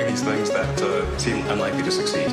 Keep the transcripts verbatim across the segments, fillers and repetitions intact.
these things that uh, seem unlikely to succeed.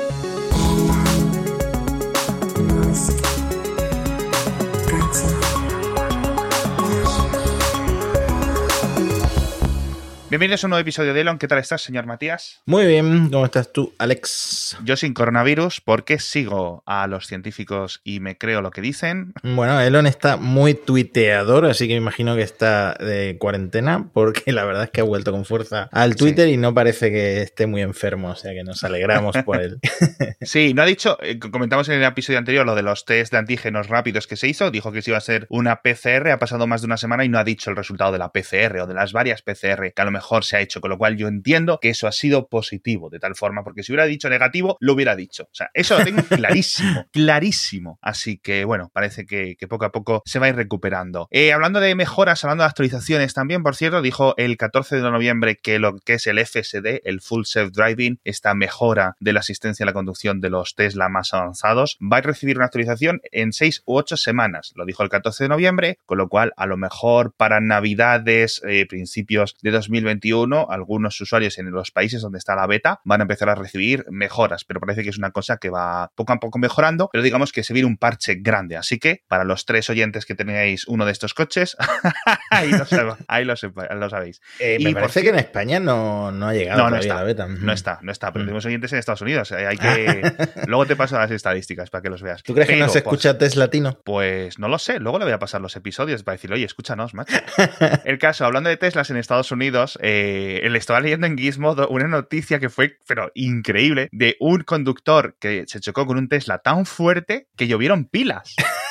Bienvenidos a un nuevo episodio de Elon. ¿Qué tal estás, señor Matías? Muy bien, ¿cómo estás tú, Alex? Yo sin coronavirus, porque sigo a los científicos y me creo lo que dicen. Bueno, Elon está muy tuiteador, así que me imagino que está de cuarentena, porque la verdad es que ha vuelto con fuerza al Twitter sí. Y no parece que esté muy enfermo, o sea que nos alegramos por él. Sí, no ha dicho, eh, comentamos en el episodio anterior lo de los test de antígenos rápidos que se hizo, dijo que se iba a ser una P C R, ha pasado más de una semana y no ha dicho el resultado de la P C R o de las varias P C R, que a lo mejor se ha hecho, con lo cual yo entiendo que eso ha sido positivo, de tal forma, porque si hubiera dicho negativo, lo hubiera dicho. O sea, eso lo tengo clarísimo, clarísimo. Así que, bueno, parece que, que poco a poco se va a ir recuperando. Eh, hablando de mejoras, hablando de actualizaciones también, por cierto, dijo el catorce de noviembre que lo que es el F S D, el Full Self Driving, esta mejora de la asistencia a la conducción de los Tesla más avanzados, va a recibir una actualización en seis u ocho semanas. Lo dijo el catorce de noviembre, con lo cual, a lo mejor para Navidades, eh, principios de dos mil veintiuno, algunos usuarios en los países donde está la beta van a empezar a recibir mejoras, pero parece que es una cosa que va poco a poco mejorando, pero digamos que se viene un parche grande, así que para los tres oyentes que tenéis uno de estos coches, ahí, lo, sab- ahí lo, sepa- lo sabéis. Eh, y me parece por... que en España no, no ha llegado no, no todavía está, la beta. no está, no está, pero Mm. tenemos oyentes en Estados Unidos, hay que... luego te paso las estadísticas para que los veas. ¿Tú crees pero, que no se escucha pues, Test Latino? Pues no lo sé, luego le voy a pasar los episodios para decirle, oye, escúchanos, macho. El caso, hablando de Teslas en Estados Unidos, eh, le estaba leyendo en Gizmodo una noticia que fue, pero increíble, de un conductor que se chocó con un Tesla tan fuerte que llovieron pilas.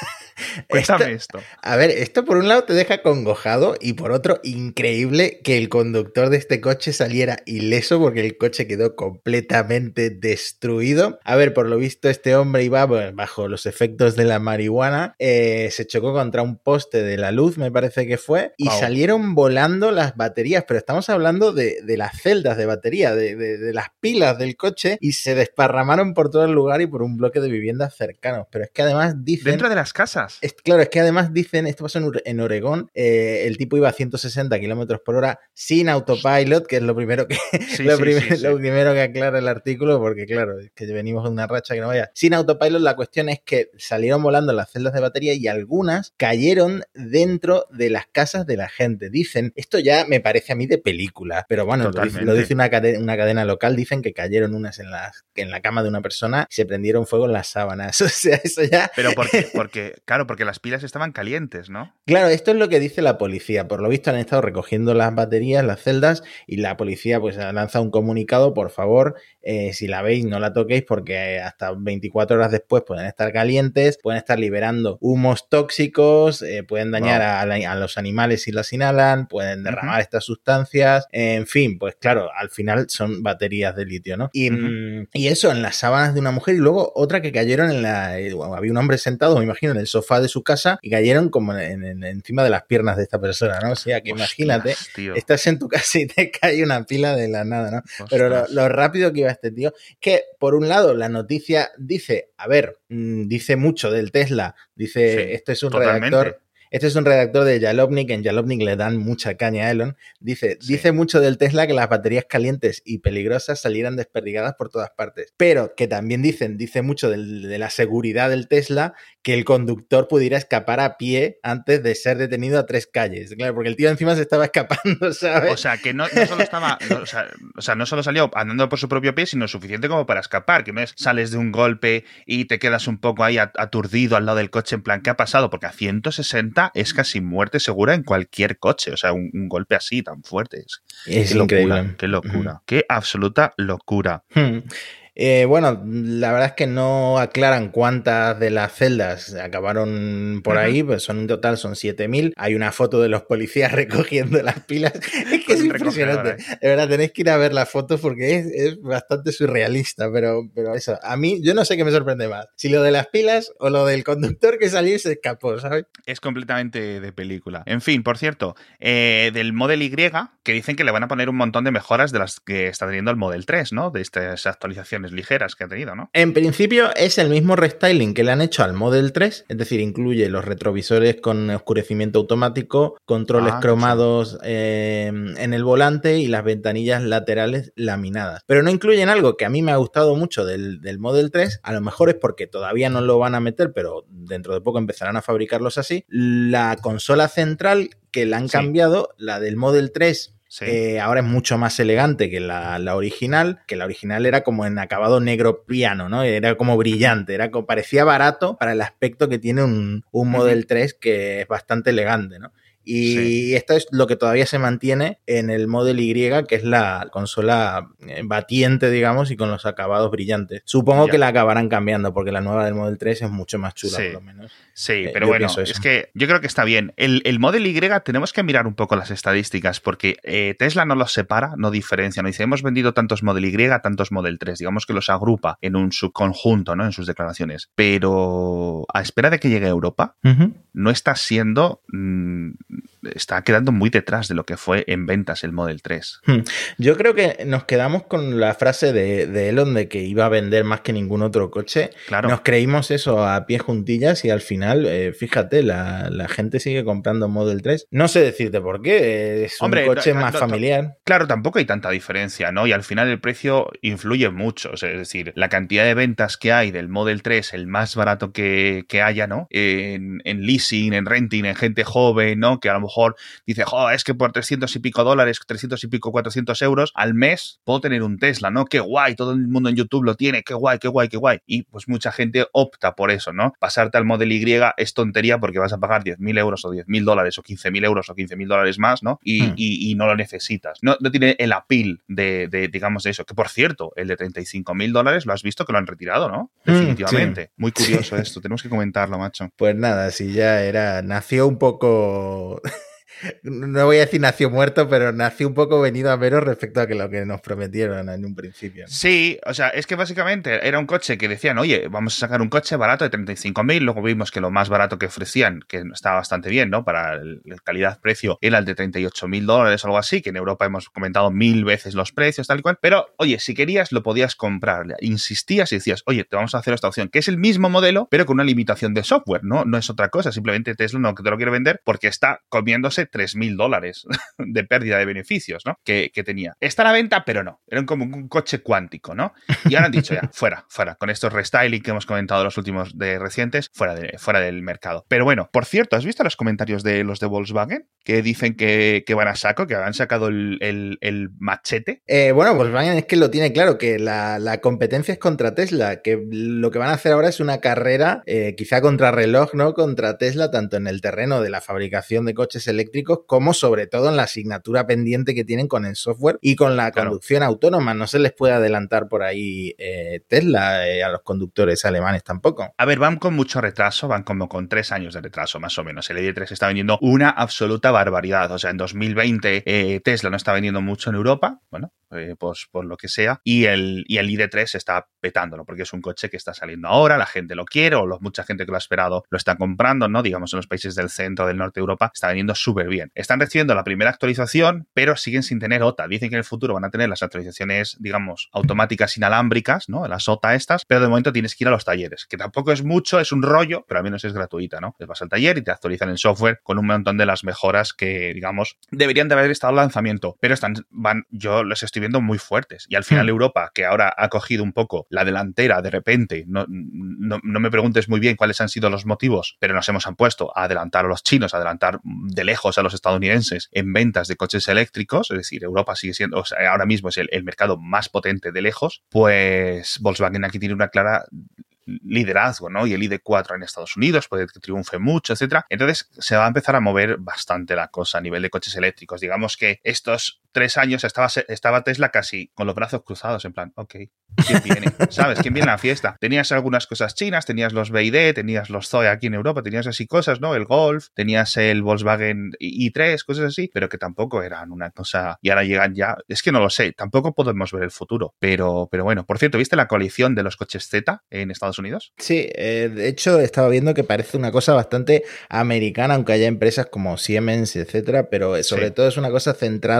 Cuéntame esto, esto. A ver, esto por un lado te deja congojado y por otro increíble que el conductor de este coche saliera ileso porque el coche quedó completamente destruido. A ver, por lo visto este hombre iba pues, bajo los efectos de la marihuana, eh, se chocó contra un poste de la luz, me parece que fue, y wow. Salieron volando las baterías, pero estamos hablando de, de las celdas de batería, de, de, de las pilas del coche, y se desparramaron por todo el lugar y por un bloque de viviendas cercanos. Pero es que además dicen... ¿Dentro de las casas? Es, claro, es que además dicen, esto pasó en, en Oregón, eh, el tipo iba a ciento sesenta kilómetros por hora sin autopilot, que es lo primero que sí, lo, sí, prim sí, sí. lo primero que aclara el artículo, porque claro, es que venimos de una racha que no vaya. Sin autopilot, la cuestión es que salieron volando las celdas de batería y algunas cayeron dentro de las casas de la gente. Dicen, esto ya me parece a mí de película, pero bueno, lo dice, lo dice una, cadena, una cadena local, dicen que cayeron unas en la, en la cama de una persona y se prendieron fuego en las sábanas. O sea, eso ya... Pero porque, porque claro, porque las pilas estaban calientes, ¿no? Claro, esto es lo que dice la policía. Por lo visto han estado recogiendo las baterías, las celdas, y la policía pues ha lanzado un comunicado, por favor, eh, si la veis no la toquéis porque hasta veinticuatro horas después pueden estar calientes, pueden estar liberando humos tóxicos, eh, pueden dañar wow. a, la, a los animales si las inhalan, pueden derramar uh-huh. estas sustancias, eh, en fin, pues claro, al final son baterías de litio, ¿no? Y, uh-huh. y eso, en las sábanas de una mujer, y luego otra que cayeron en la... Eh, bueno, había un hombre sentado, me imagino, en el sofá de su casa y cayeron como en, en, encima de las piernas de esta persona, ¿no? O sea, que Hostias, imagínate, tío. Estás en tu casa y te cae una pila de la nada, ¿no? Hostias. Pero lo, lo rápido que iba este tío, que por un lado la noticia dice, a ver, mmm, dice mucho del Tesla, dice, sí, este es un totalmente. redactor... Este es un redactor de Jalopnik, en Jalopnik le dan mucha caña a Elon. Dice, sí. dice mucho del Tesla que las baterías calientes y peligrosas salieran desperdigadas por todas partes. Pero que también dicen, dice mucho del, de la seguridad del Tesla, que el conductor pudiera escapar a pie antes de ser detenido a tres calles. Claro, porque el tío encima se estaba escapando, ¿sabes? O sea, que no, no solo estaba, no, o, sea, o sea, no solo salió andando por su propio pie, sino suficiente como para escapar, que no es sales de un golpe y te quedas un poco ahí aturdido al lado del coche en plan, ¿qué ha pasado? Porque a ciento sesenta es casi muerte segura en cualquier coche, o sea, un, un golpe así tan fuerte. Es, es qué increíble. Locura, qué locura, uh-huh. qué absoluta locura. Hmm. Eh, bueno, la verdad es que no aclaran cuántas de las celdas acabaron por uh-huh. ahí, pues son en total son siete mil. Hay una foto de los policías recogiendo las pilas. Es que es impresionante. ¿eh? De verdad, tenéis que ir a ver la foto porque es, es bastante surrealista, pero, pero eso, a mí, yo no sé qué me sorprende más, si lo de las pilas o lo del conductor que salió y se escapó, ¿sabes? Es completamente de película. En fin, por cierto, eh, del Model Y, que dicen que le van a poner un montón de mejoras de las que está teniendo el Model tres, ¿no? De estas actualizaciones versiones ligeras que ha tenido, ¿no? En principio es el mismo restyling que le han hecho al Model tres, es decir, incluye los retrovisores con oscurecimiento automático, controles Ah, cromados eh, en el volante y las ventanillas laterales laminadas. Pero no incluyen algo que a mí me ha gustado mucho del, del Model tres, a lo mejor es porque todavía no lo van a meter, pero dentro de poco empezarán a fabricarlos así. La consola central que la han Sí. cambiado, la del Model tres, Sí. Eh, ahora es mucho más elegante que la, la original, que la original era como en acabado negro piano, ¿no? Era como brillante, era como, parecía barato para el aspecto que tiene un, un Model uh-huh. tres que es bastante elegante, ¿no? Y sí. esto es lo que todavía se mantiene en el Model Y, que es la consola batiente, digamos, y con los acabados brillantes. Supongo ya. que la acabarán cambiando, porque la nueva del Model tres es mucho más chula, sí. por lo menos. Sí, eh, pero bueno, es que yo creo que está bien. El, el Model Y tenemos que mirar un poco las estadísticas, porque eh, Tesla no los separa, no diferencia, no dice, hemos vendido tantos Model Y, tantos Model tres, digamos que los agrupa en un subconjunto, ¿no? En sus declaraciones. Pero a espera de que llegue a Europa, uh-huh. no está siendo... Mmm, está quedando muy detrás de lo que fue en ventas el Model tres. Yo creo que nos quedamos con la frase de, de Elon de que iba a vender más que ningún otro coche. Claro. Nos creímos eso a pie juntillas y al final, eh, fíjate, la, la gente sigue comprando Model tres. No sé decirte por qué, es Hombre, un coche no, más no, familiar. No, claro, tampoco hay tanta diferencia, ¿no? Y al final el precio influye mucho. O sea, es decir, la cantidad de ventas que hay del Model tres, el más barato que, que haya, ¿no? En, en leasing, en renting, en gente joven, ¿no? Que a lo mejor dice, jo, es que por trescientos y pico dólares, trescientos y pico, cuatrocientos euros al mes puedo tener un Tesla, ¿no? Qué guay, todo el mundo en YouTube lo tiene, qué guay, qué guay, qué guay. Y pues mucha gente opta por eso, ¿no? Pasarte al Model Y es tontería porque vas a pagar diez mil euros o diez mil dólares o quince mil euros o quince mil dólares más, ¿no? Y, hmm. y, y no lo necesitas. No, no tiene el appeal de, de, digamos, de eso. Que por cierto, el de treinta y cinco mil dólares lo has visto que lo han retirado, ¿no? Definitivamente. Hmm, sí. Muy curioso sí. esto. Tenemos que comentarlo, macho. Pues nada, si ya era... Nació un poco... No voy a decir nació muerto, pero nació un poco venido a veros respecto a que lo que nos prometieron en un principio, ¿no? Sí, o sea, es que básicamente era un coche que decían, oye, vamos a sacar un coche barato de treinta y cinco mil, luego vimos que lo más barato que ofrecían, que estaba bastante bien, ¿no? Para el, el calidad-precio, era el de treinta y ocho mil dólares o algo así, que en Europa hemos comentado mil veces los precios, tal y cual, pero, oye, si querías lo podías comprar, insistías y decías, oye, te vamos a hacer esta opción, que es el mismo modelo, pero con una limitación de software, ¿no? No es otra cosa, simplemente Tesla no te lo quiere vender porque está comiéndose tres mil dólares de pérdida de beneficios, ¿no? Que, que tenía. Está a la venta, pero no. Era como un coche cuántico, ¿no? Y ahora han dicho ya, fuera, fuera. Con estos restyling que hemos comentado los últimos de recientes, fuera, de, fuera del mercado. Pero bueno, por cierto, ¿has visto los comentarios de los de Volkswagen? Que dicen que, que van a saco, que han sacado el, el, el machete. Eh, bueno, Volkswagen es que lo tiene claro, que la, la competencia es contra Tesla, que lo que van a hacer ahora es una carrera, eh, quizá contra reloj, ¿no? Contra Tesla, tanto en el terreno de la fabricación de coches eléctricos como sobre todo en la asignatura pendiente que tienen con el software y con la claro. conducción autónoma. No se les puede adelantar por ahí eh, Tesla eh, a los conductores alemanes tampoco. A ver, van con mucho retraso, van como con tres años de retraso más o menos. El I D tres está vendiendo una absoluta barbaridad. O sea, en dos mil veinte eh, Tesla no está vendiendo mucho en Europa, bueno, eh, pues por lo que sea, y el, y el I D tres está petándolo porque es un coche que está saliendo ahora, la gente lo quiere o lo, mucha gente que lo ha esperado lo está comprando, ¿no? Digamos, en los países del centro, del norte de Europa, está vendiendo súper bien. Están recibiendo la primera actualización, pero siguen sin tener O T A. Dicen que en el futuro van a tener las actualizaciones, digamos, automáticas inalámbricas, ¿no? Las O T A estas, pero de momento tienes que ir a los talleres, que tampoco es mucho, es un rollo, pero al menos es gratuita, ¿no? Les vas al taller y te actualizan el software con un montón de las mejoras que, digamos, deberían de haber estado al lanzamiento, pero están, van, yo los estoy viendo muy fuertes. Y al final mm. Europa, que ahora ha cogido un poco la delantera de repente, no, no, no me preguntes muy bien cuáles han sido los motivos, pero nos hemos puesto a adelantar a los chinos, a adelantar de lejos a los estadounidenses en ventas de coches eléctricos, es decir, Europa sigue siendo, o sea, ahora mismo es el, el mercado más potente de lejos, pues Volkswagen aquí tiene una clara liderazgo, ¿no? Y el I D cuatro en Estados Unidos puede que triunfe mucho, etcétera. Entonces se va a empezar a mover bastante la cosa a nivel de coches eléctricos. Digamos que estos tres años estaba, estaba Tesla casi con los brazos cruzados, en plan, ok, ¿quién viene? ¿Sabes? ¿Quién viene a la fiesta? Tenías algunas cosas chinas, tenías los B Y D, tenías los Zoe aquí en Europa, tenías así cosas, ¿no? El Golf, tenías el Volkswagen I tres, cosas así, pero que tampoco eran una cosa... Y ahora llegan ya... Es que no lo sé, tampoco podemos ver el futuro, pero, pero bueno. Por cierto, ¿viste la coalición de los coches Z en Estados Unidos? Sí, eh, de hecho estaba viendo que parece una cosa bastante americana, aunque haya empresas como Siemens, etcétera, pero sobre sí. todo es una cosa centrada en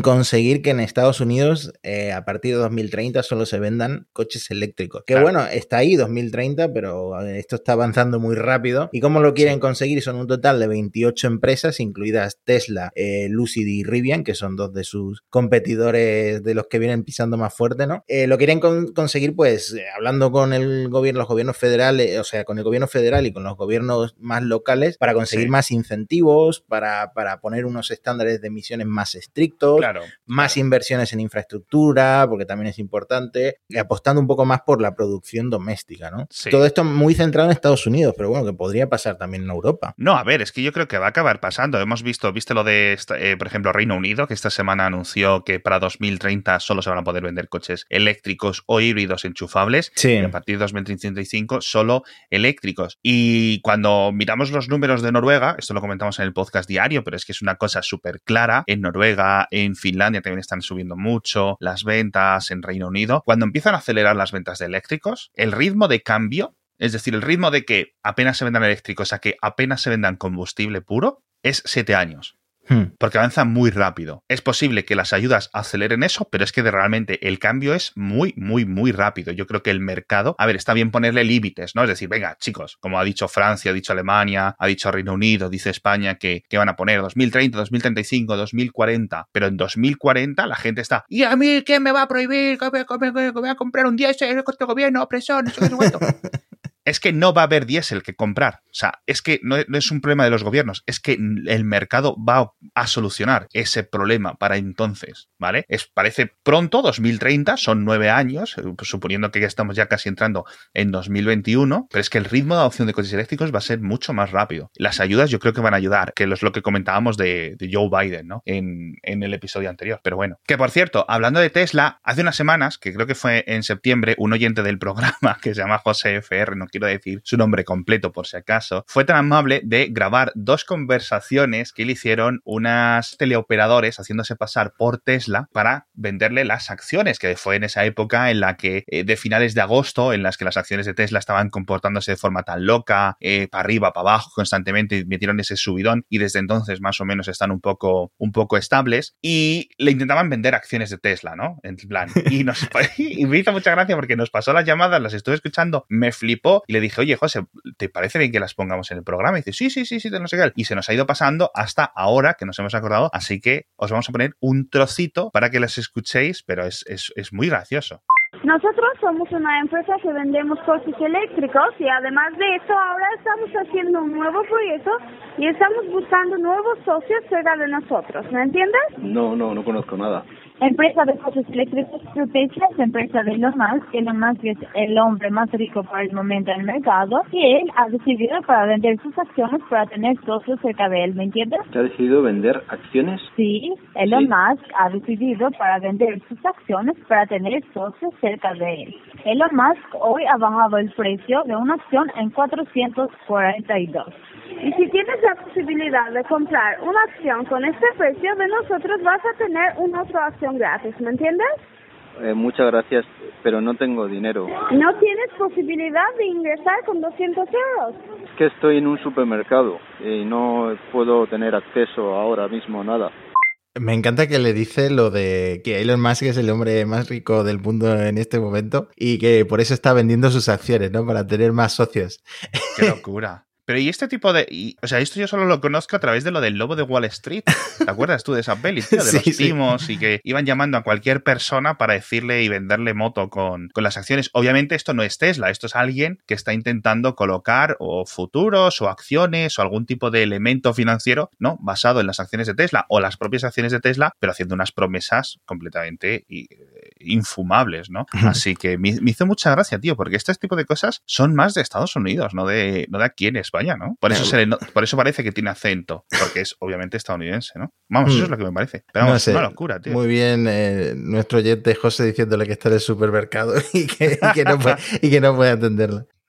conseguir que en Estados Unidos eh, a partir de dos mil treinta solo se vendan coches eléctricos. Que claro, bueno, está ahí dos mil treinta, pero esto está avanzando muy rápido. ¿Y cómo lo quieren sí. conseguir? Son un total de veintiocho empresas, incluidas Tesla, eh, Lucid y Rivian, que son dos de sus competidores de los que vienen pisando más fuerte, ¿no? Eh, lo quieren con- conseguir, pues, eh, hablando con el gobierno, los gobiernos federales, o sea, con el gobierno federal y con los gobiernos más locales, para conseguir sí. más incentivos, para, para poner unos estándares de emisiones más estrictos, claro, más claro. inversiones en infraestructura, porque también es importante, y apostando un poco más por la producción doméstica, ¿no? Sí. Todo esto muy centrado en Estados Unidos, pero bueno, que podría pasar también en Europa. No, a ver, es que yo creo que va a acabar pasando. Hemos visto, viste lo de, eh, por ejemplo, Reino Unido, que esta semana anunció que para dos mil treinta solo se van a poder vender coches eléctricos o híbridos enchufables, sí. y a partir de dos mil treinta y cinco solo eléctricos. Y cuando miramos los números de Noruega, esto lo comentamos en el podcast diario, pero es que es una cosa súper clara, en Noruega, en Finlandia también están subiendo mucho las ventas, en Reino Unido. Cuando empiezan a acelerar las ventas de eléctricos, el ritmo de cambio, es decir, el ritmo de que apenas se vendan eléctricos a que apenas se vendan combustible puro, es siete años. Hmm. Porque avanza muy rápido. Es posible que las ayudas aceleren eso, pero es que de realmente el cambio es muy, muy, muy rápido. Yo creo que el mercado, a ver, está bien ponerle límites, ¿no? Es decir, venga, chicos, como ha dicho Francia, ha dicho Alemania, ha dicho Reino Unido, dice España, que, que van a poner dos mil treinta, dos mil treinta y cinco, dos mil cuarenta, pero en dos mil cuarenta la gente está, ¿y a mí quién me va a prohibir que voy a comprar un diésel con este gobierno, opresor, no sé qué, no sé cuánto? Es que no va a haber diésel que comprar. O sea, es que no, no es un problema de los gobiernos, es que el mercado va a solucionar ese problema para entonces, ¿vale? Es, parece pronto, dos mil treinta, son nueve años, suponiendo que ya estamos ya casi entrando en dos mil veintiuno, pero es que el ritmo de adopción de coches eléctricos va a ser mucho más rápido. Las ayudas yo creo que van a ayudar, que es lo que comentábamos de, de Joe Biden, ¿no? En, en el episodio anterior. Pero bueno, que por cierto, hablando de Tesla, hace unas semanas, que creo que fue en septiembre, un oyente del programa que se llama José F R, no quiero decir su nombre completo por si acaso, fue tan amable de grabar dos conversaciones que le hicieron unas teleoperadores haciéndose pasar por Tesla para venderle las acciones, que fue en esa época en la que, eh, de finales de agosto, en las que las acciones de Tesla estaban comportándose de forma tan loca, eh, para arriba, para abajo, constantemente, metieron ese subidón y desde entonces más o menos están un poco, un poco estables y le intentaban vender acciones de Tesla, ¿no? En plan, y, nos, y me hizo mucha gracia porque nos pasó las llamadas, las estuve escuchando, me flipó y le dije, oye, José, ¿te parece bien que las pongamos en el programa? Y dice, sí, sí, sí, sí, no sé qué. Y se nos ha ido pasando hasta ahora que nos hemos acordado, así que os vamos a poner un trocito para que las escuchéis, pero es, es, es muy gracioso. Nosotros somos una empresa que vendemos coches eléctricos y además de eso ahora estamos haciendo un nuevo proyecto y estamos buscando nuevos socios cerca de nosotros, ¿me entiendes? No, no, no conozco nada. Empresa de coches eléctricos Proteccia es empresa de Elon Musk. Elon Musk es el hombre más rico por el momento en el mercado y él ha decidido para vender sus acciones para tener socios cerca de él, ¿me entiendes? ¿Ha decidido vender acciones? Sí, Elon sí. Musk ha decidido para vender sus acciones para tener socios cerca de él. Elon Musk hoy ha bajado el precio de una acción en cuatrocientos cuarenta y dos. Y si tienes la posibilidad de comprar una acción con este precio de nosotros, vas a tener una otra acción gratis, ¿me entiendes? Eh, muchas gracias, pero no tengo dinero. ¿No tienes posibilidad de ingresar con doscientos euros? Es que estoy en un supermercado y no puedo tener acceso ahora mismo a nada. Me encanta que le dice lo de que Elon Musk es el hombre más rico del mundo en este momento y que por eso está vendiendo sus acciones, ¿no? Para tener más socios. ¡Qué locura! Pero y este tipo de... Y, o sea, esto yo solo lo conozco a través de lo del lobo de Wall Street. ¿Te acuerdas tú de esa peli, tío? De sí, los timos sí. Y que iban llamando a cualquier persona para decirle y venderle moto con, con las acciones. Obviamente esto no es Tesla, esto es alguien que está intentando colocar o futuros o acciones o algún tipo de elemento financiero, ¿no? Basado en las acciones de Tesla o las propias acciones de Tesla, pero haciendo unas promesas completamente y, infumables, ¿no? Así que me, me hizo mucha gracia, tío, porque este tipo de cosas son más de Estados Unidos, no de, no de aquí en España. ¿No? Por eso se le, no, por eso parece que tiene acento, porque es obviamente estadounidense, ¿no? Vamos, eso es lo que me parece. Pero vamos, no sé, es una locura, tío. Muy bien, eh, nuestro oyente José diciéndole que está en el supermercado y que, y que, no, puede, y que no puede atenderla.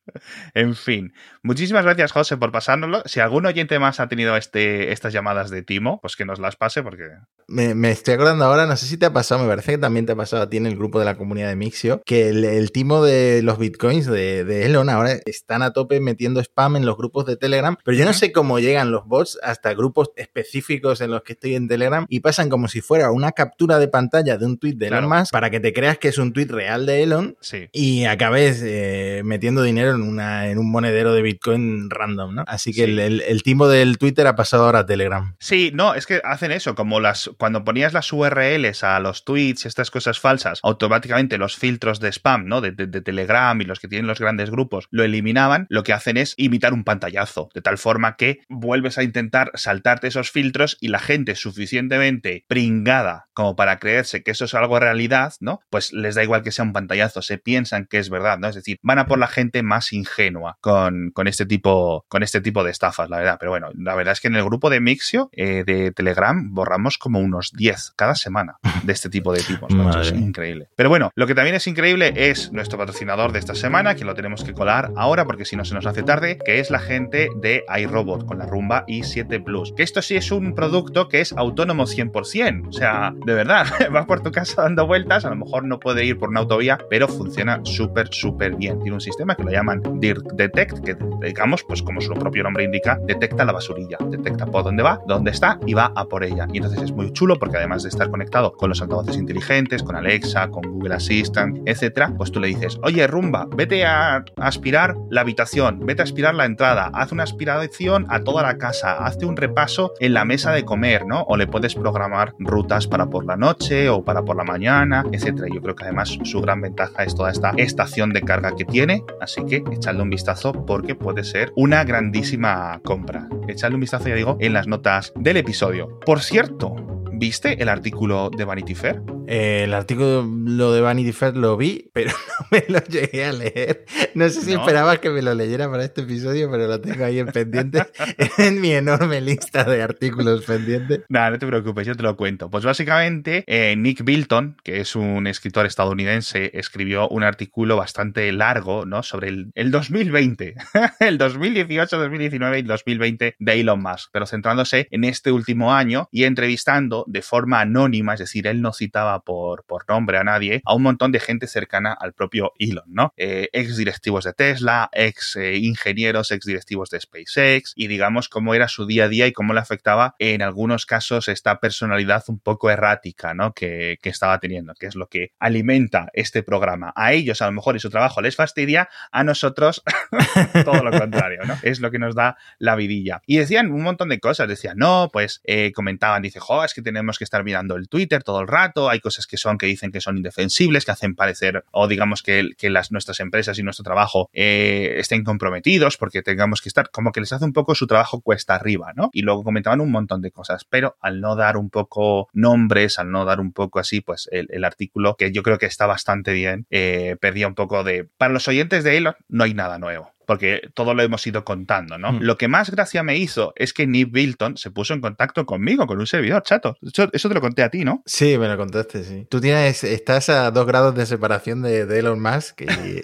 En fin, muchísimas gracias, José, por pasárnoslo. Si algún oyente más ha tenido este, estas llamadas de timo, pues que nos las pase porque... Me, me estoy acordando ahora, no sé si te ha pasado, me parece que también te ha pasado a ti en el grupo de la comunidad de Mixio, que el, el timo de los bitcoins de, de Elon ahora están a tope metiendo spam en los grupos de Telegram, pero yo no sé cómo llegan los bots hasta grupos específicos en los que estoy en Telegram y pasan como si fuera una captura de pantalla de un tuit de Elon Claro. Musk para que te creas que es un tuit real de Elon Sí. y acabes eh, metiendo dinero en, una, en un monedero de Bitcoin random, ¿no? Así que Sí. el, el, el timo del Twitter ha pasado ahora a Telegram. Sí, no, es que hacen eso, como las cuando ponías las U R Ls a los tweets y estas cosas falsas, automáticamente los filtros de spam, ¿no? De, de, de Telegram y los que tienen los grandes grupos lo eliminaban, lo que hacen es imitar un pantallazo, de tal forma que vuelves a intentar saltarte esos filtros y la gente suficientemente pringada como para creerse que eso es algo realidad, ¿no? Pues les da igual que sea un pantallazo, se piensan que es verdad, ¿no? Es decir, van a por la gente más ingenua con, con este tipo, con este tipo de estafas, la verdad. Pero bueno, la verdad es que en el grupo de Mixio eh, de Telegram borramos como unos diez cada semana de este tipo de tipos, ¿no? Eso es increíble. Pero bueno, lo que también es increíble es nuestro patrocinador de esta semana, que lo tenemos que colar ahora porque si no se nos hace tarde, que es la gente de iRobot con la Rumba i siete Plus. Que esto sí es un producto que es autónomo cien por ciento. O sea, de verdad, vas por tu casa dando vueltas, a lo mejor no puede ir por una autovía, pero funciona súper, súper bien. Tiene un sistema que lo llaman Dirt Detect, que digamos, pues como su propio nombre indica, detecta la basurilla, detecta por dónde va, dónde está y va a por ella. Y entonces es muy chulo porque además de estar conectado con los altavoces inteligentes, con Alexa, con Google Assistant, etcétera, pues tú le dices, oye, Rumba, vete a aspirar la habitación, vete a aspirar la entrada, haz una aspiración a toda la casa, hazte un repaso en la mesa de comer, ¿no? O le puedes programar rutas para por la noche o para por la mañana, etcétera. Yo creo que además su gran ventaja es toda esta estación de carga que tiene, así que echadle un vistazo porque puede ser una grandísima compra. Echadle un vistazo, ya digo, en las notas del episodio. Por cierto, ¿viste el artículo de Vanity Fair? Eh, el artículo lo de Vanity Fair lo vi, pero no me lo llegué a leer. No sé si ¿No? esperabas que me lo leyera para este episodio, pero lo tengo ahí en pendiente, en mi enorme lista de artículos pendientes. Nada, no te preocupes, yo te lo cuento. Pues básicamente eh, Nick Bilton, que es un escritor estadounidense, escribió un artículo bastante largo, ¿no? Sobre el, el dos mil veinte, el dos mil dieciocho, dos mil diecinueve y dos mil veinte de Elon Musk, pero centrándose en este último año y entrevistando de forma anónima, es decir, él no citaba por, por nombre a nadie, a un montón de gente cercana al propio Elon, ¿no? Eh, ex directivos de Tesla, ex eh, ingenieros, ex directivos de SpaceX, y digamos cómo era su día a día y cómo le afectaba en algunos casos esta personalidad un poco errática, ¿no? Que, que estaba teniendo, que es lo que alimenta este programa. A ellos a lo mejor y su trabajo les fastidia, a nosotros todo lo contrario, ¿no? Es lo que nos da la vidilla. Y decían un montón de cosas, decían, no, pues eh, comentaban, dice, jo, es que tenemos que estar mirando el Twitter todo el rato, hay cosas que son que dicen que son indefensibles, que hacen parecer, o digamos que, que las, nuestras empresas y nuestro trabajo eh, estén comprometidos porque tengamos que estar, como que les hace un poco su trabajo cuesta arriba, ¿no? Y luego comentaban un montón de cosas, pero al no dar un poco nombres, al no dar un poco así, pues el, el artículo, que yo creo que está bastante bien, eh, perdía un poco de... Para los oyentes de Elon no hay nada nuevo, porque todo lo hemos ido contando, ¿no? Mm. Lo que más gracia me hizo es que Nick Bilton se puso en contacto conmigo, con un servidor, chato. Eso, eso te lo conté a ti, ¿no? Sí, me lo contaste, sí. Tú tienes, estás a dos grados de separación de, de Elon Musk y,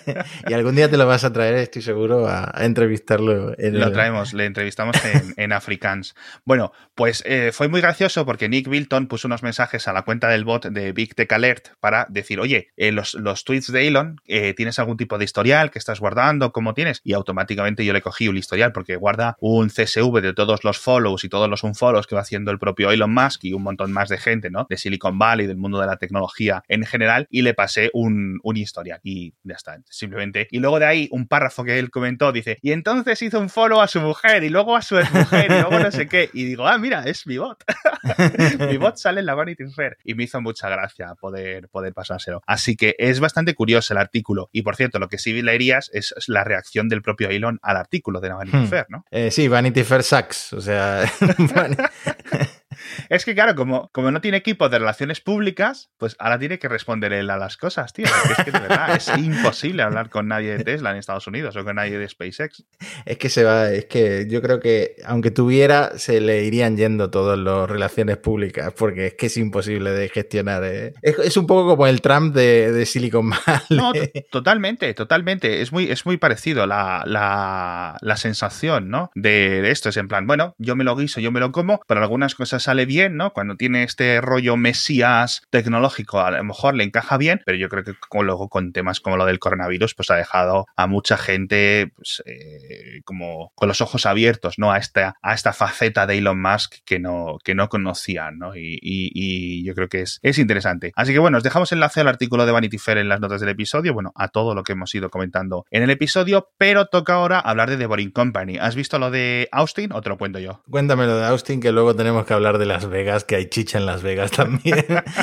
y algún día te lo vas a traer, estoy seguro, a, a entrevistarlo. En lo el... traemos, le entrevistamos en, en Afrikaans. Bueno, pues eh, fue muy gracioso porque Nick Bilton puso unos mensajes a la cuenta del bot de Big Tech Alert para decir, oye, eh, los, los tweets de Elon, eh, ¿tienes algún tipo de historial que estás guardando? ¿Cómo tienes? Y automáticamente yo le cogí un historial porque guarda un C S V de todos los follows y todos los unfollows que va haciendo el propio Elon Musk y un montón más de gente, ¿no? De Silicon Valley, del mundo de la tecnología en general, y le pasé un, un historial y ya está, simplemente. Y luego de ahí un párrafo que él comentó, dice, y entonces hizo un follow a su mujer y luego a su exmujer y luego no sé qué, y digo, ah, mira, es mi bot. Mi bot sale en la Vanity Fair y me hizo mucha gracia poder, poder pasárselo. Así que es bastante curioso el artículo y por cierto, lo que sí leerías es la reacción del propio Elon al artículo de la Vanity hmm. Fair, ¿no? Eh, sí, Vanity Fair sucks, o sea... Es que claro, como, como no tiene equipo de relaciones públicas, pues ahora tiene que responder él a las cosas, tío. Porque es que de verdad es imposible hablar con nadie de Tesla en Estados Unidos o con nadie de SpaceX. Es que se va, es que yo creo que aunque tuviera, se le irían yendo todas las relaciones públicas, porque es que es imposible de gestionar. ¿eh? Es, es un poco como el Trump de, de Silicon Valley. No, t- totalmente, totalmente. Es muy, es muy parecido la, la, la sensación, ¿no? De, de esto. Es en plan, bueno, yo me lo guiso, yo me lo como, pero algunas cosas sale bien, ¿no? Cuando tiene este rollo mesías tecnológico, a lo mejor le encaja bien, pero yo creo que como luego con temas como lo del coronavirus, pues ha dejado a mucha gente pues, eh, como con los ojos abiertos, ¿no? A esta, a esta faceta de Elon Musk que no, que no conocían, ¿no? Y, y, y yo creo que es, es interesante. Así que bueno, os dejamos enlace al artículo de Vanity Fair en las notas del episodio, bueno, a todo lo que hemos ido comentando en el episodio, pero toca ahora hablar de The Boring Company. ¿Has visto lo de Austin o te lo cuento yo? Cuéntame lo de Austin, que luego tenemos que hablar de Las Vegas, que hay chicha en Las Vegas también.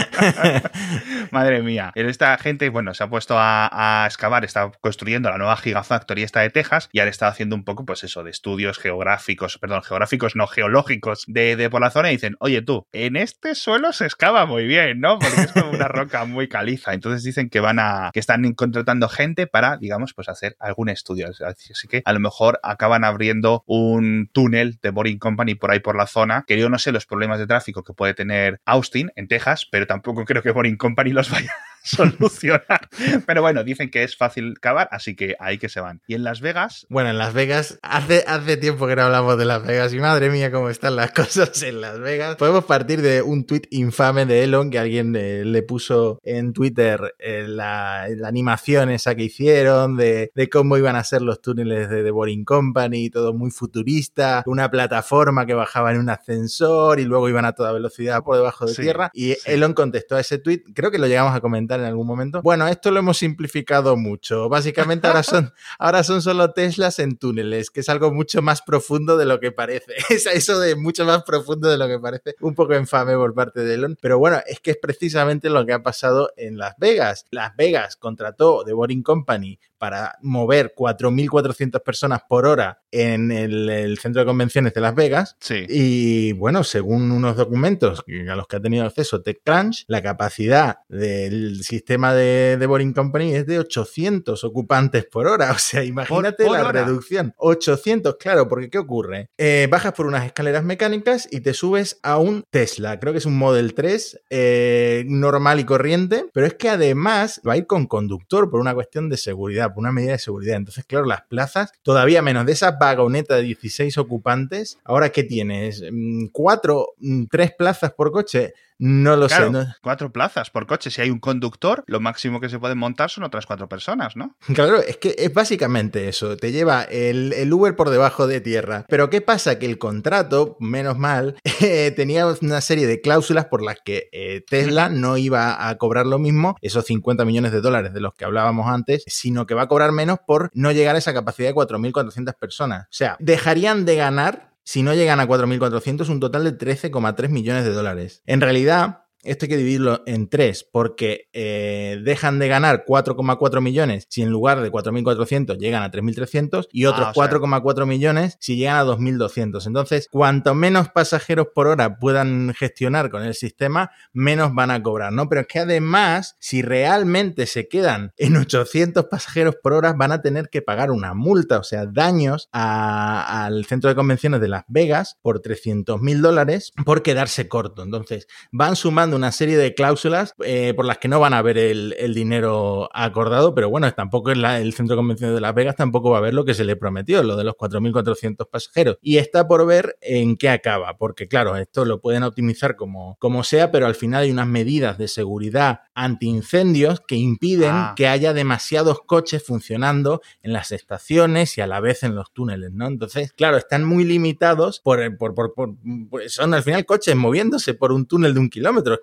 Madre mía. Esta gente, bueno, se ha puesto a, a excavar, está construyendo la nueva Gigafactory esta de Texas y ahora está haciendo un poco, pues eso, de estudios geográficos, perdón, geográficos, no geológicos de, de por la zona y dicen, oye tú, en este suelo se excava muy bien, ¿no? Porque es como una roca muy caliza. Entonces dicen que van a, que están contratando gente para, digamos, pues hacer algún estudio. Así que a lo mejor acaban abriendo un túnel de Boring Company por ahí por la zona, que yo no sé los problemas de tráfico que puede tener Austin en Texas, pero tampoco creo que Boring Company los vaya solucionar. Pero bueno, dicen que es fácil cavar, así que ahí que se van. Y en Las Vegas... Bueno, en Las Vegas, hace, hace tiempo que no hablamos de Las Vegas y madre mía cómo están las cosas en Las Vegas. Podemos partir de un tuit infame de Elon que alguien eh, le puso en Twitter eh, la, la animación esa que hicieron de, de cómo iban a ser los túneles de The Boring Company, todo muy futurista, una plataforma que bajaba en un ascensor y luego iban a toda velocidad por debajo de Sí, tierra. Y sí. Elon contestó a ese tuit, creo que lo llegamos a comentar en algún momento. Bueno, esto lo hemos simplificado mucho. Básicamente ahora son, ahora son solo Teslas en túneles, que es algo mucho más profundo de lo que parece. Es eso de mucho más profundo de lo que parece. Un poco infame por parte de Elon. Pero bueno, es que es precisamente lo que ha pasado en Las Vegas. Las Vegas contrató The Boring Company para mover cuatro mil cuatrocientas personas por hora en el, el centro de convenciones de Las Vegas. Sí. Y bueno, según unos documentos a los que ha tenido acceso TechCrunch, la capacidad del sistema de, de Boring Company es de ochocientos ocupantes por hora. O sea, imagínate Por- por la hora. reducción. ochocientos, claro, porque ¿qué ocurre? Eh, bajas por unas escaleras mecánicas y te subes a un Tesla. Creo que es un Model tres eh, normal y corriente, pero es que además va a ir con conductor por una cuestión de seguridad, por una medida de seguridad. Entonces, claro, las plazas, todavía menos de esa vagoneta de dieciséis ocupantes. Ahora, ¿qué tienes? Mm, ¿Cuatro, mm, tres plazas por coche? No lo Claro, sé. No. cuatro plazas por coche. Si hay un conductor, lo máximo que se pueden montar son otras cuatro personas, ¿no? Claro, es que es básicamente eso. Te lleva el, el Uber por debajo de tierra. Pero ¿qué pasa? Que el contrato, menos mal, eh, tenía una serie de cláusulas por las que eh, Tesla no iba a cobrar lo mismo, esos cincuenta millones de dólares de los que hablábamos antes, sino que va a cobrar menos por no llegar a esa capacidad de cuatro mil cuatrocientas personas. O sea, dejarían de ganar, si no llegan a cuatro mil cuatrocientos, un total de trece coma tres millones de dólares. En realidad, esto hay que dividirlo en tres, porque eh, dejan de ganar cuatro coma cuatro millones si en lugar de cuatro mil cuatrocientos llegan a tres mil trescientos y otros Ah, o sea- cuatro coma cuatro millones si llegan a dos mil doscientos. Entonces, cuanto menos pasajeros por hora puedan gestionar con el sistema, menos van a cobrar, ¿no? Pero es que además, si realmente se quedan en ochocientos pasajeros por hora, van a tener que pagar una multa, o sea, daños a- al centro de convenciones de Las Vegas por trescientos mil dólares por quedarse corto. Entonces, van sumando una serie de cláusulas eh, por las que no van a ver el, el dinero acordado, pero bueno, tampoco en la, el centro de convenciones de Las Vegas tampoco va a ver lo que se le prometió, lo de los cuatro mil cuatrocientos pasajeros. Y está por ver en qué acaba, porque claro, esto lo pueden optimizar como, como sea, pero al final hay unas medidas de seguridad antiincendios que impiden Ah. que haya demasiados coches funcionando en las estaciones y a la vez en los túneles, ¿no? Entonces, claro, están muy limitados por, por, por, por, por son al final coches moviéndose por un túnel de un kilómetro. Es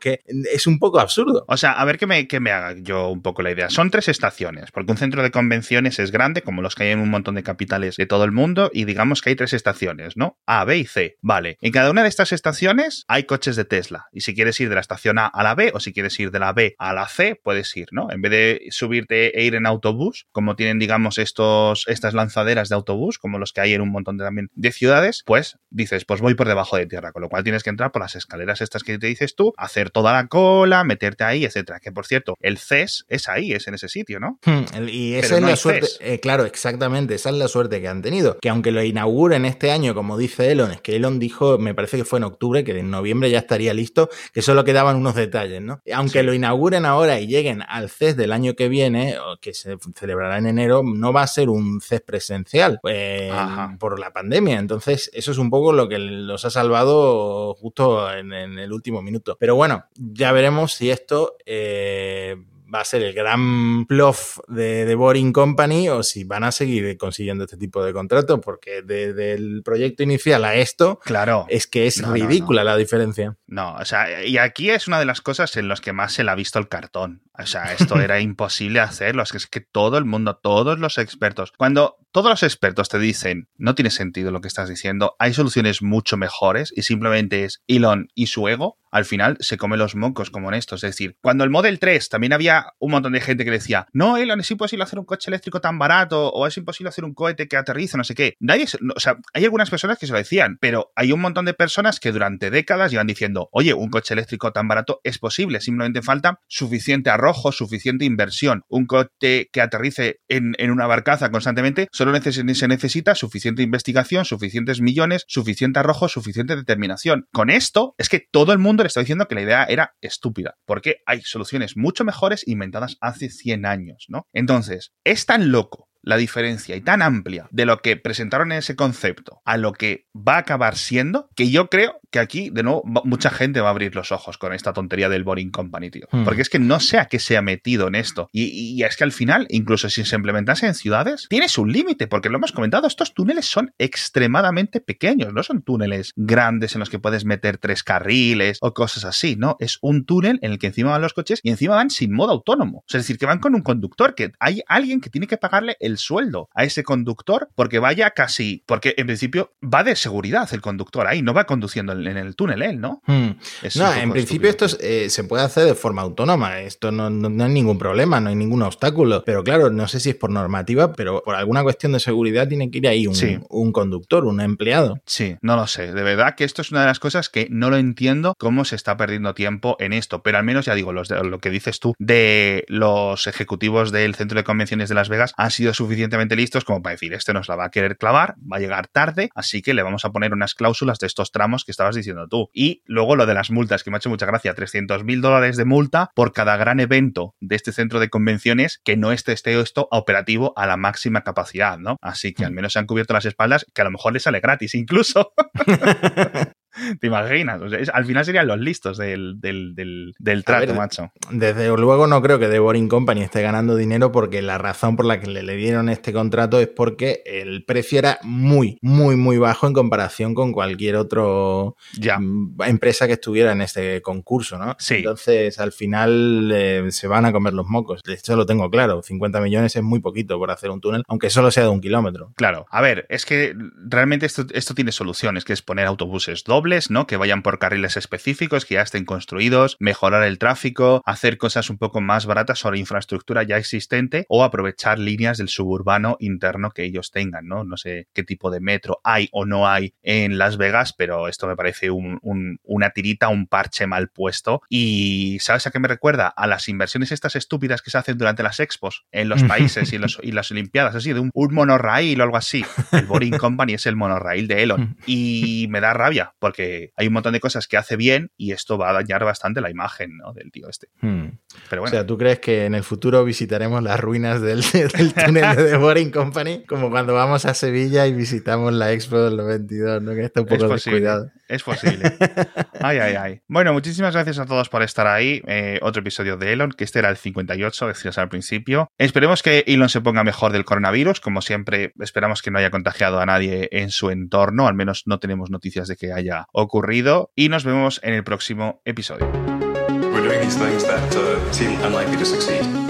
que es un poco absurdo. O sea, a ver que me, que me haga yo un poco la idea. Son tres estaciones, porque un centro de convenciones es grande, como los que hay en un montón de capitales de todo el mundo, y digamos que hay tres estaciones, ¿no? A, B y C. Vale. En cada una de estas estaciones hay coches de Tesla. Y si quieres ir de la estación A a la B, o si quieres ir de la B a la C, puedes ir, ¿no? En vez de subirte e ir en autobús, como tienen, digamos, estos, estas lanzaderas de autobús, como los que hay en un montón de, también de ciudades, pues dices, pues voy por debajo de tierra, con lo cual tienes que entrar por las escaleras estas que te dices tú, hacer toda la cola, meterte ahí, etcétera. Que, por cierto, el C E S es ahí, es en ese sitio, ¿no? Hmm, y esa Pero es no la hay suerte, C E S. eh, claro, exactamente, esa es la suerte que han tenido. Que aunque lo inauguren este año, como dice Elon, es que Elon dijo, me parece que fue en octubre, que en noviembre ya estaría listo, que solo quedaban unos detalles, ¿no? Aunque sí. Lo inauguren ahora y lleguen al C E S del año que viene, que se celebrará en enero, no va a ser un C E S presencial eh, por la pandemia. Entonces, eso es un poco lo que los ha salvado justo en, en el último minuto. Pero bueno, ya veremos si esto eh, va a ser el gran bluff de, de Boring Company o si van a seguir consiguiendo este tipo de contratos, porque desde de, el proyecto inicial a esto, claro, es que es no, ridícula no, no. la diferencia. No, o sea, y aquí es una de las cosas en las que más se le ha visto el cartón. O sea, esto era imposible hacerlo. Es que, es que todo el mundo, todos los expertos, cuando todos los expertos te dicen, no tiene sentido lo que estás diciendo, hay soluciones mucho mejores y simplemente es Elon y su ego, al final se come los mocos como en esto. Es decir, cuando el Model tres también había un montón de gente que decía, no, Elon, es imposible hacer un coche eléctrico tan barato o es imposible hacer un cohete que aterrice, no sé qué. Nadie, o sea, hay algunas personas que se lo decían, pero hay un montón de personas que durante décadas llevan diciendo, oye, un coche eléctrico tan barato es posible, simplemente falta suficiente arrojo, suficiente inversión. Un coche que aterrice en, en una barcaza constantemente, solo neces- se necesita suficiente investigación, suficientes millones, suficiente arrojo, suficiente determinación. Con esto, es que todo el mundo le está diciendo que la idea era estúpida, porque hay soluciones mucho mejores inventadas hace cien años, ¿no? Entonces, es tan loco la diferencia y tan amplia de lo que presentaron en ese concepto a lo que va a acabar siendo, que yo creo que aquí, de nuevo, mucha gente va a abrir los ojos con esta tontería del Boring Company, tío. Hmm. Porque es que no sé a qué se ha metido en esto. Y, y es que al final, incluso si se implementase en ciudades, tienes un límite, porque lo hemos comentado, estos túneles son extremadamente pequeños, no son túneles grandes en los que puedes meter tres carriles o cosas así, ¿no? Es un túnel en el que encima van los coches y encima van sin modo autónomo. O sea, es decir, que van con un conductor, que hay alguien que tiene que pagarle el sueldo a ese conductor porque vaya casi, porque en principio va de seguridad el conductor ahí, no va conduciendo en, en el túnel él, ¿no? Hmm. No, en principio esto es, eh, se puede hacer de forma autónoma, esto no, no, no hay ningún problema, no hay ningún obstáculo, pero claro, no sé si es por normativa, pero por alguna cuestión de seguridad tiene que ir ahí un, sí. un conductor, un empleado. Sí, no lo sé, de verdad que esto es una de las cosas que no lo entiendo cómo se está perdiendo tiempo en esto, pero al menos ya digo, los de, lo que dices tú de los ejecutivos del Centro de Convenciones de Las Vegas han sido suficientemente listos como para decir, este nos la va a querer clavar, va a llegar tarde, así que le vamos a poner unas cláusulas de estos tramos que estabas diciendo tú. Y luego lo de las multas, que me ha hecho mucha gracia, trescientos mil dólares de multa por cada gran evento de este centro de convenciones que no esté esto operativo a la máxima capacidad, ¿no? Así que al menos se han cubierto las espaldas, que a lo mejor les sale gratis incluso. ¿Te imaginas? O sea, es, al final serían los listos del, del, del, del trato, ver, macho. Desde luego no creo que The Boring Company esté ganando dinero, porque la razón por la que le, le dieron este contrato es porque el precio era muy, muy, muy bajo en comparación con cualquier otro ya. empresa que estuviera en este concurso, ¿no? Sí. Entonces, al final eh, se van a comer los mocos. Esto lo tengo claro. cincuenta millones es muy poquito por hacer un túnel, aunque solo sea de un kilómetro. Claro. A ver, es que realmente esto, esto tiene soluciones, que es poner autobuses dobles, ¿no? Que vayan por carriles específicos, que ya estén construidos, mejorar el tráfico, hacer cosas un poco más baratas sobre infraestructura ya existente o aprovechar líneas del suburbano interno que ellos tengan, ¿no? No sé qué tipo de metro hay o no hay en Las Vegas, pero esto me parece un, un, una tirita, un parche mal puesto. Y ¿sabes a qué me recuerda? A las inversiones estas estúpidas que se hacen durante las expos en los países y, los, y las olimpiadas, así, de un, un monorraíl o algo así. El Boring Company es el monorraíl de Elon. Y me da rabia, porque hay un montón de cosas que hace bien y esto va a dañar bastante la imagen, ¿no? Del tío este. Hmm. Pero bueno. O sea, ¿tú crees que en el futuro visitaremos las ruinas del, del túnel de The Boring Company? Como cuando vamos a Sevilla y visitamos la Expo del noventa y dos, ¿no? Que está un poco descuidado. Es posible. Ay, ay, ay. Bueno, muchísimas gracias a todos por estar ahí. Eh, otro episodio de Elon, que este era el cincuenta y ocho, decías al principio. Esperemos que Elon se ponga mejor del coronavirus. Como siempre, esperamos que no haya contagiado a nadie en su entorno. Al menos no tenemos noticias de que haya ocurrido. Y nos vemos en el próximo episodio. doing these things that uh, seem unlikely to succeed.